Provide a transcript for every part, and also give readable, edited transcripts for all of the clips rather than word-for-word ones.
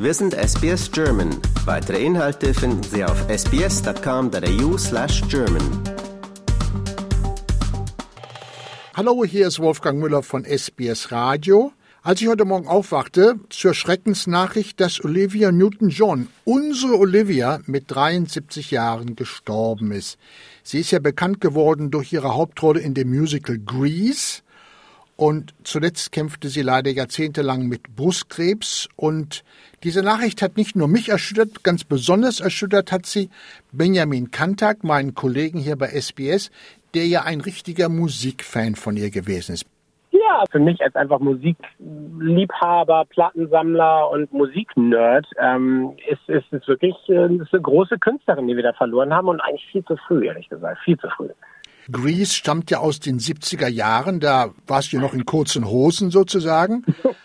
Wir sind SBS German. Weitere Inhalte finden Sie auf sbs.com.au/German. Hallo, hier ist Wolfgang Müller von SBS Radio. Als ich heute Morgen aufwachte, zur Schreckensnachricht, dass Olivia Newton-John, unsere Olivia, mit 73 Jahren gestorben ist. Sie ist ja bekannt geworden durch ihre Hauptrolle in dem Musical Grease. Und zuletzt kämpfte sie leider jahrzehntelang mit Brustkrebs. Und diese Nachricht hat nicht nur mich erschüttert, ganz besonders erschüttert hat sie Benjamin Kantak, meinen Kollegen hier bei SBS, der ja ein richtiger Musikfan von ihr gewesen ist. Ja, für mich als einfach Musikliebhaber, Plattensammler und Musiknerd ist es wirklich eine große Künstlerin, die wir da verloren haben und eigentlich viel zu früh, ehrlich gesagt, viel zu früh. Grease stammt ja aus den 70er Jahren, da warst du noch in kurzen Hosen sozusagen.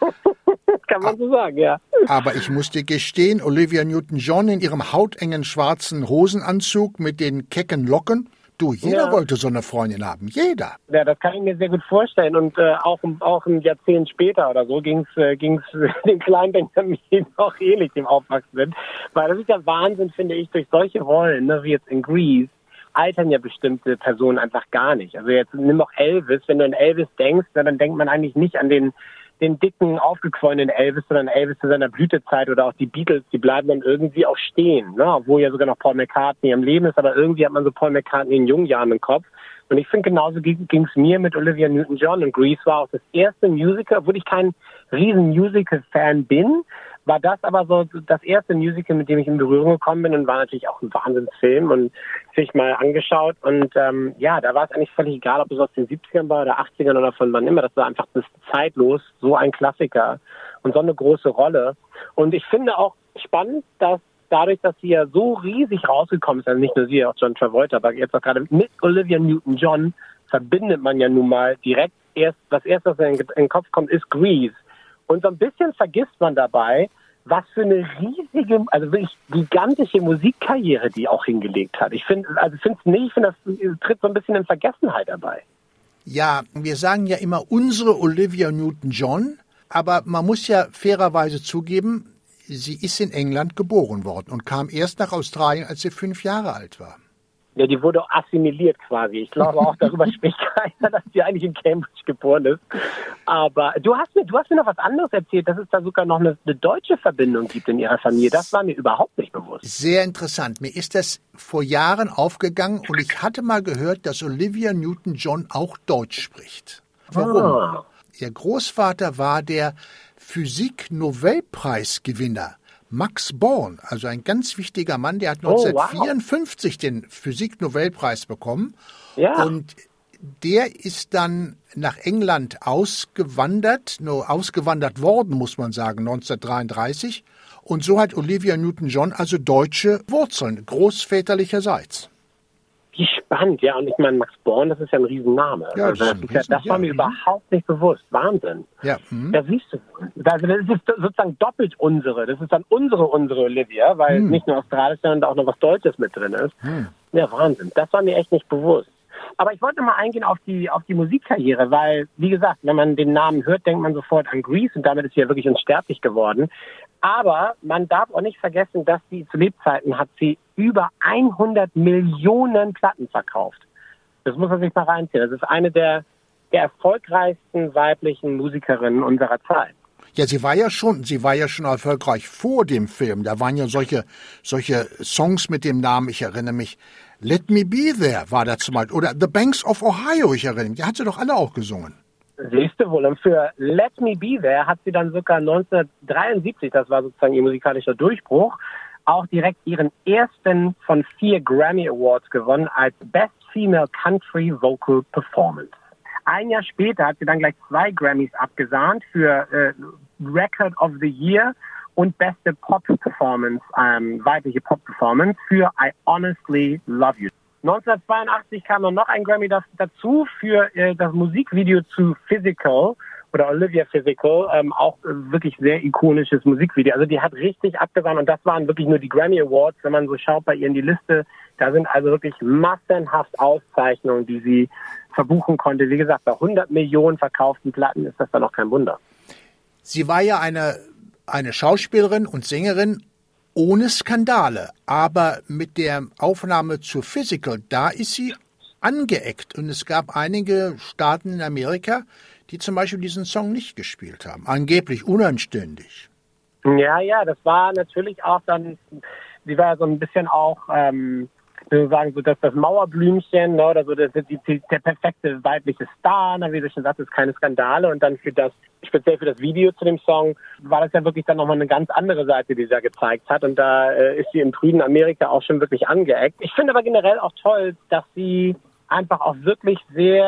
Kann man so sagen, ja. Aber ich muss dir gestehen, Olivia Newton-John in ihrem hautengen schwarzen Hosenanzug mit den kecken Locken, jeder wollte so eine Freundin haben, jeder. Ja, das kann ich mir sehr gut vorstellen und auch ein Jahrzehnt später oder so ging's den kleinen Benjamin auch ähnlich, dem Aufwachsenden. Weil das ist ja Wahnsinn, finde ich, durch solche Rollen, ne, wie jetzt in Grease, altern ja bestimmte Personen einfach gar nicht. Also jetzt nimm auch Elvis, wenn du an Elvis denkst, dann denkt man eigentlich nicht an den dicken, aufgequollenen Elvis, sondern Elvis zu seiner Blütezeit oder auch die Beatles, die bleiben dann irgendwie auch stehen, ne? Obwohl ja sogar noch Paul McCartney am Leben ist, aber irgendwie hat man so Paul McCartney in jungen Jahren im Kopf. Und ich finde, genauso ging's mir mit Olivia Newton-John und Grease war auch das erste Musical, obwohl ich kein riesen Musical-Fan bin, war das aber so das erste Musical, mit dem ich in Berührung gekommen bin und war natürlich auch ein Wahnsinnsfilm und sich mal angeschaut und da war es eigentlich völlig egal, ob es aus den 70ern war oder 80ern oder von wann immer, das war einfach zeitlos, so ein Klassiker und so eine große Rolle und ich finde auch spannend, dass dadurch, dass sie ja so riesig rausgekommen ist, also nicht nur sie, auch John Travolta, aber jetzt auch gerade mit Olivia Newton-John verbindet man ja nun mal direkt das erste, was in den Kopf kommt, ist Grease. Und so ein bisschen vergisst man dabei, was für eine riesige, also wirklich gigantische Musikkarriere die auch hingelegt hat. Ich finde, das tritt so ein bisschen in Vergessenheit dabei. Ja, wir sagen ja immer unsere Olivia Newton-John, aber man muss ja fairerweise zugeben, sie ist in England geboren worden und kam erst nach Australien, als sie 5 Jahre alt war. Ja, die wurde assimiliert quasi. Ich glaube auch, darüber spricht keiner, dass sie eigentlich in Cambridge geboren ist. Aber du hast mir noch was anderes erzählt, dass es da sogar noch eine deutsche Verbindung gibt in ihrer Familie. Das war mir überhaupt nicht bewusst. Sehr interessant. Mir ist das vor Jahren aufgegangen und ich hatte mal gehört, dass Olivia Newton-John auch Deutsch spricht. Warum? Ihr Großvater war der Physik-Nobelpreisgewinner Max Born, also ein ganz wichtiger Mann, der hat 1954 den Physik-Nobelpreis bekommen. Ja. Und der ist dann nach England ausgewandert worden, muss man sagen, 1933. Und so hat Olivia Newton-John also deutsche Wurzeln, großväterlicherseits. Wie spannend, ja. Und ich meine, Max Born, das ist ja ein Riesenname. Ja, das war mir überhaupt nicht bewusst. Wahnsinn. Ja. Da siehst du. Also das ist sozusagen doppelt unsere. Das ist dann unsere Olivia, weil nicht nur australisch, sondern auch noch was Deutsches mit drin ist. Ja, Wahnsinn. Das war mir echt nicht bewusst. Aber ich wollte mal eingehen auf die Musikkarriere, weil, wie gesagt, wenn man den Namen hört, denkt man sofort an Grease und damit ist sie ja wirklich unsterblich geworden. Aber man darf auch nicht vergessen, dass sie zu Lebzeiten hat sie über 100 Millionen Platten verkauft. Das muss man sich mal reinziehen. Das ist eine der erfolgreichsten weiblichen Musikerinnen unserer Zeit. Ja, sie war ja schon erfolgreich vor dem Film. Da waren ja solche Songs mit dem Namen, ich erinnere mich, Let Me Be There war da zum Beispiel, oder The Banks of Ohio, ich erinnere mich, die hat sie doch alle auch gesungen. Siehst du wohl, und für Let Me Be There hat sie dann sogar 1973, das war sozusagen ihr musikalischer Durchbruch, auch direkt ihren ersten von 4 Grammy Awards gewonnen als Best Female Country Vocal Performance. Ein Jahr später hat sie dann gleich 2 Grammys abgesahnt für Record of the Year und beste Pop-Performance, weibliche Pop-Performance für I Honestly Love You. 1982 kam dann noch ein Grammy dazu für das Musikvideo zu Physical oder Olivia Physical, auch wirklich sehr ikonisches Musikvideo. Also die hat richtig abgesahnt und das waren wirklich nur die Grammy Awards, wenn man so schaut bei ihr in die Liste. Da sind also wirklich massenhaft Auszeichnungen, die sie verbuchen konnte. Wie gesagt, bei 100 Millionen verkauften Platten ist das dann auch kein Wunder. Sie war ja eine eine Schauspielerin und Sängerin ohne Skandale. Aber mit der Aufnahme zu Physical, da ist sie angeeckt. Und es gab einige Staaten in Amerika, die zum Beispiel diesen Song nicht gespielt haben. Angeblich unanständig. Ja, das war natürlich auch dann, sie war so ein bisschen auch, sozusagen so das Mauerblümchen, ne, oder so der perfekte weibliche Star, ne, wie du schon sagtest, keine Skandale. Und dann speziell für das Video zu dem Song, war das ja wirklich dann nochmal eine ganz andere Seite, die sie da gezeigt hat. Und da ist sie im prüden Amerika auch schon wirklich angeeckt. Ich finde aber generell auch toll, dass sie einfach auch wirklich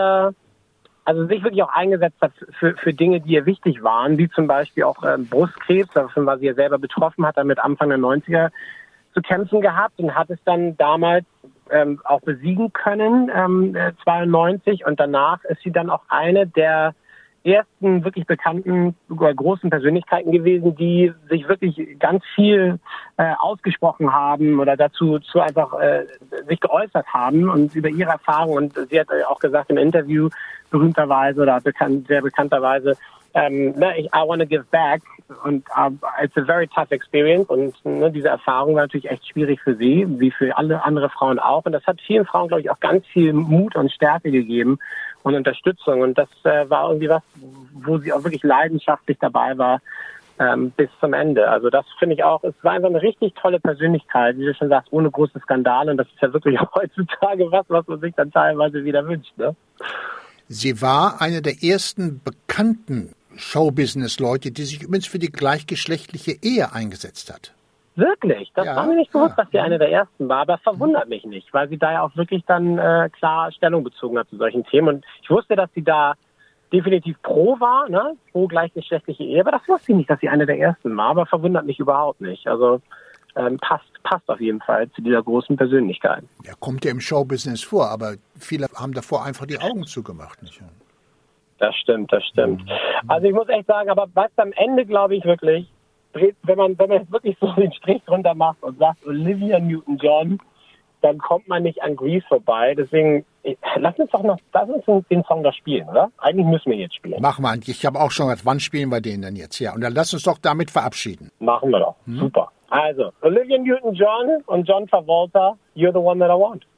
sich wirklich auch eingesetzt hat für Dinge, die ihr wichtig waren, wie zum Beispiel auch Brustkrebs, davon war sie ja selber betroffen, hat damit Anfang der 90er zu kämpfen gehabt und hat es dann damals auch besiegen können, 92, und danach ist sie dann auch eine der ersten wirklich bekannten großen Persönlichkeiten gewesen, die sich wirklich ganz viel ausgesprochen haben oder dazu einfach sich geäußert haben und über ihre Erfahrungen. Und sie hat auch gesagt im Interview berühmterweise oder sehr bekannterweise, I want to give back, und it's a very tough experience, und diese Erfahrung war natürlich echt schwierig für sie, wie für alle andere Frauen auch, und das hat vielen Frauen, glaube ich, auch ganz viel Mut und Stärke gegeben und Unterstützung, und das war irgendwie was, wo sie auch wirklich leidenschaftlich dabei war bis zum Ende. Also das finde ich auch, es war einfach eine richtig tolle Persönlichkeit, wie du schon sagst, ohne große Skandale, und das ist ja wirklich heutzutage was man sich dann teilweise wieder wünscht, ne? Sie war eine der ersten bekannten Showbusiness-Leute, die sich übrigens für die gleichgeschlechtliche Ehe eingesetzt hat. Wirklich? Das war mir nicht bewusst, dass sie eine der ersten war, aber es verwundert mich nicht, weil sie da ja auch wirklich dann klar Stellung bezogen hat zu solchen Themen. Und ich wusste, dass sie da definitiv pro war, ne? Pro gleichgeschlechtliche Ehe, aber das wusste ich nicht, dass sie eine der ersten war, aber verwundert mich überhaupt nicht. Also passt auf jeden Fall zu dieser großen Persönlichkeit. Ja, kommt ja im Showbusiness vor, aber viele haben davor einfach die Augen zugemacht, nicht? Das stimmt. Also ich muss echt sagen, aber was am Ende, glaube ich wirklich, wenn man jetzt wirklich so den Strich drunter macht und sagt Olivia Newton-John, dann kommt man nicht an Grease vorbei. Deswegen, lass uns den Song da spielen, oder? Eigentlich müssen wir jetzt spielen. Machen wir. Ich habe auch schon gesagt, wann spielen wir den denn jetzt? Ja, und dann lass uns doch damit verabschieden. Machen wir doch. Super. Also, Olivia Newton-John und John Travolta, You're the One That I Want.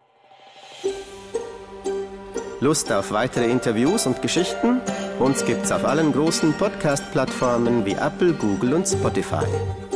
Lust auf weitere Interviews und Geschichten? Uns gibt's auf allen großen Podcast-Plattformen wie Apple, Google und Spotify.